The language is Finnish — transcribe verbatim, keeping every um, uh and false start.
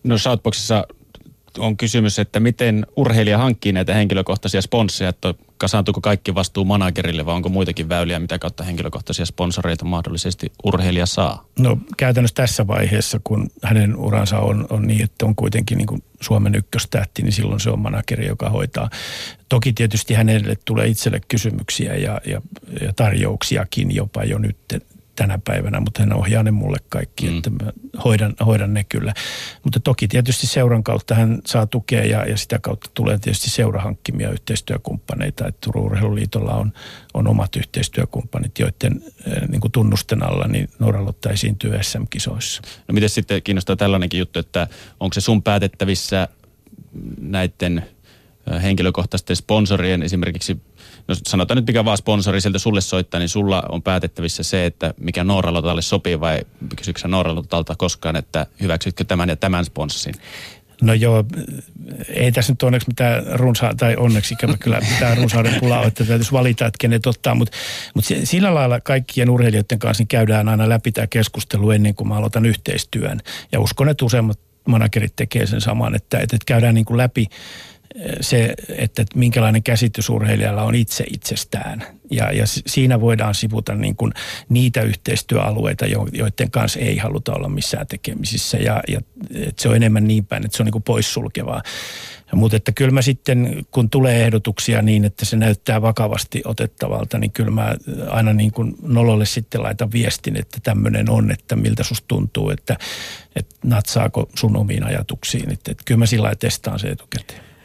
No Shoutboxissa on kysymys, että miten urheilija hankkii näitä henkilökohtaisia sponsseja, että kasaantuuko kaikki vastuu managerille vai onko muitakin väyliä, mitä kautta henkilökohtaisia sponsoreita mahdollisesti urheilija saa? No käytännössä tässä vaiheessa, kun hänen uransa on, on niin, että on kuitenkin niin kuin Suomen ykköstähti, niin silloin se on manageri, joka hoitaa. Toki tietysti hänelle tulee itselle kysymyksiä ja, ja, ja tarjouksiakin jopa jo nyt tänä päivänä, mutta hän ohjaa ne mulle kaikki, mm. että mä hoidan, hoidan ne kyllä. Mutta toki tietysti seuran kautta hän saa tukea ja, ja sitä kautta tulee tietysti seurahankkimia yhteistyökumppaneita. Että Turun Urheiluliitolla on, on omat yhteistyökumppanit, joiden niin kuin tunnusten alla niin Norralotta esiintyy S M-kisoissa. No miten sitten kiinnostaa tällainenkin juttu, että onko se sun päätettävissä näiden henkilökohtaisten sponsorien esimerkiksi, no sanotaan nyt mikä vaan sponsori sieltä sulle soittaa, niin sulla on päätettävissä se, että mikä Norralotalle sopii vai kysyykö sä Norralotalta koskaan, että hyväksytkö tämän ja tämän sponssin? No joo, ei tässä nyt onneksi mitään runsaa, tai onneksi ikävä kyllä mitään runsauden pulaa ole, että täytyisi valita, että kenet ottaa, mutta, mutta sillä lailla kaikkien urheilijoiden kanssa niin käydään aina läpi tämä keskustelu ennen kuin mä aloitan yhteistyön. Ja uskon, että useimmat managerit tekee sen saman, että, että käydään niin kuin läpi se, että minkälainen käsitys urheilijalla on itse itsestään. Ja, ja siinä voidaan sivuta niin kuin niitä yhteistyöalueita, joiden kanssa ei haluta olla missään tekemisissä. Ja, ja että se on enemmän niin päin, että se on niin kuin poissulkevaa. Mutta että kyllä mä sitten, kun tulee ehdotuksia niin, että se näyttää vakavasti otettavalta, niin kyllä mä aina niin kuin nololle sitten laitan viestin, että tämmöinen on, että miltä susta tuntuu, että, että natsaako sun omiin ajatuksiin. Että, että kyllä mä sillä lailla testaan se etukäteen.